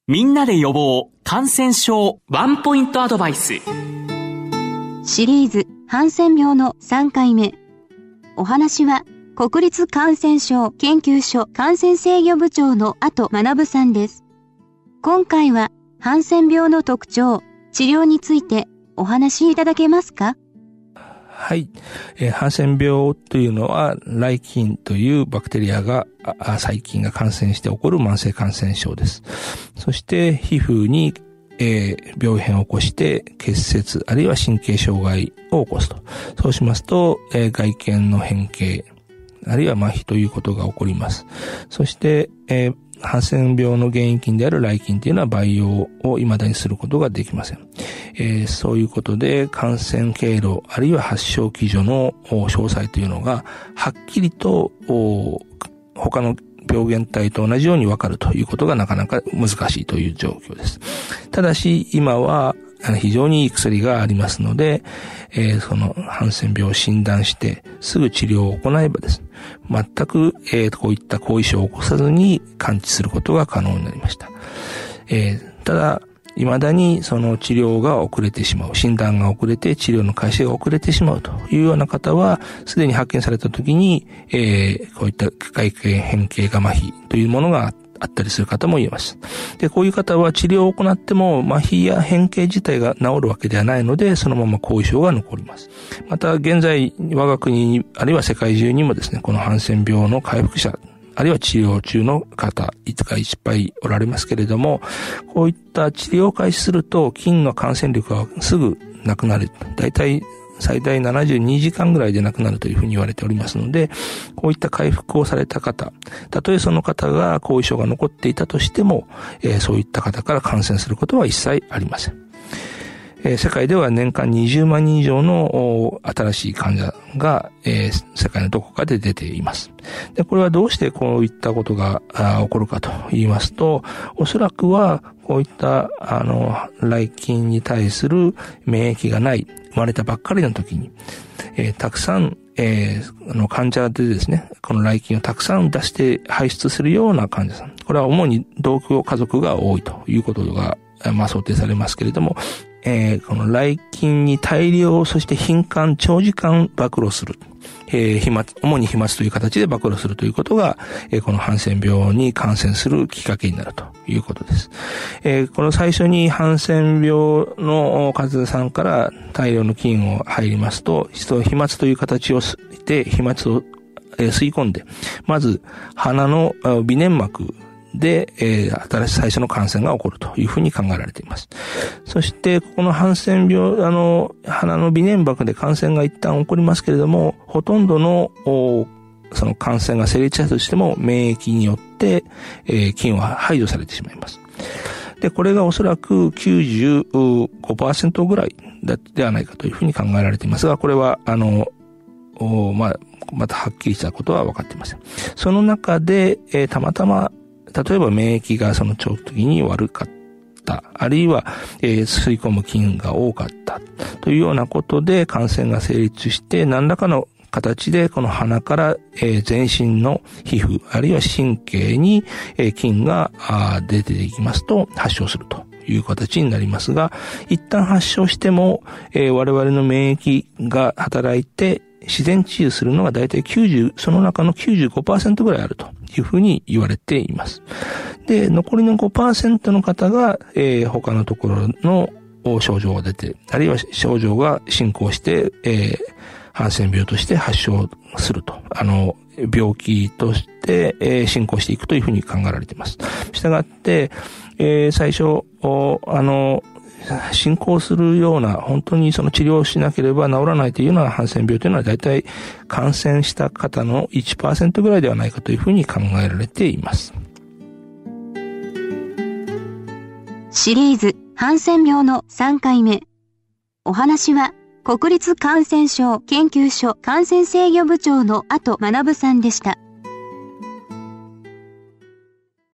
みんなで予防感染症ワンポイントアドバイスシリーズハンセン病の3回目。お話は国立感染症研究所感染制御部長の阿戸学さんです。今回はハンセン病の特徴、治療についてお話しいただけますか？ はい。ハンセン病というのは、ラ菌というバクテリアが、細菌が感染して起こる慢性感染症です。そして、皮膚に、病変を起こして、結節、あるいは神経障害を起こすと。そうしますと、外見の変形、あるいは麻痺ということが起こります。そして、ハンセン病の原因菌であるライ菌というのは培養を未だにすることができません。そういうことで感染経路あるいは発症基準の詳細というのがはっきりと他の病原体と同じように分かるということがなかなか難しいという状況です。ただし今は非常にいい薬がありますので、そのハンセン病を診断してすぐ治療を行えばですね、全く、こういった後遺症を起こさずに完治することが可能になりました。ただ、未だにその治療が遅れてしまう、診断が遅れて治療の開始が遅れてしまうというような方は、すでに発見された時に、こういった外見変形が麻痺というものがあったりする方もいます。で、こういう方は治療を行っても麻痺や変形自体が治るわけではないので、そのまま後遺症が残ります。また、現在、我が国、あるいは世界中にもですね、このハンセン病の回復者、あるいは治療中の方、いつかいっぱいおられますけれども、こういった治療を開始すると、菌の感染力がすぐなくなる。だいたい最大72時間ぐらいでなくなるというふうに言われておりますので、こういった回復をされた方、たとえその方が後遺症が残っていたとしても、そういった方から感染することは一切ありません。世界では年間20万人以上の新しい患者が、世界のどこかで出ています。で、これはどうしてこういったことが起こるかと言いますと、おそらくはこういった来菌に対する免疫がない、生まれたばっかりの時に、たくさん患者でですね、この来菌をたくさん出して排出するような患者さん。これは主に同居家族が多いということが、想定されますけれども、この来菌に大量、そして頻繁、長時間暴露する。主に飛沫という形で暴露するということが、このハンセン病に感染するきっかけになるということです。この最初にハンセン病の患者さんから大量の菌を入りますと、飛沫という形をして飛沫を吸い込んで、まず鼻の鼻粘膜で、最初の感染が起こるというふうに考えられています。そして、このハンセン病、鼻の鼻粘膜で感染が一旦起こりますけれども、ほとんどの、その感染が成立したとしても、免疫によって、菌は排除されてしまいます。で、これがおそらく 95% ぐらいではないかというふうに考えられていますが、これは、またはっきりしたことは分かっていません。その中で、たまたま、例えば免疫がその長期的に悪かった、あるいは、吸い込む菌が多かったというようなことで感染が成立して、何らかの形でこの鼻から、全身の皮膚、あるいは神経に、菌が出ていきますと発症するという形になりますが、一旦発症しても、我々の免疫が働いて自然治癒するのがだいたいその中の 95% ぐらいあるというふうに言われています。で、残りの 5% の方が、他のところの症状が出て、あるいは症状が進行して、ハンセン病として発症すると。病気として、進行していくというふうに考えられています。したがって、最初、進行するような、本当にその治療をしなければ治らないというようなハンセン病というのは大体感染した方の 1% ぐらいではないかというふうに考えられています。 シリーズハンセン病の3回目。お話は国立感染症研究所感染制御部長の阿戸学さんでした。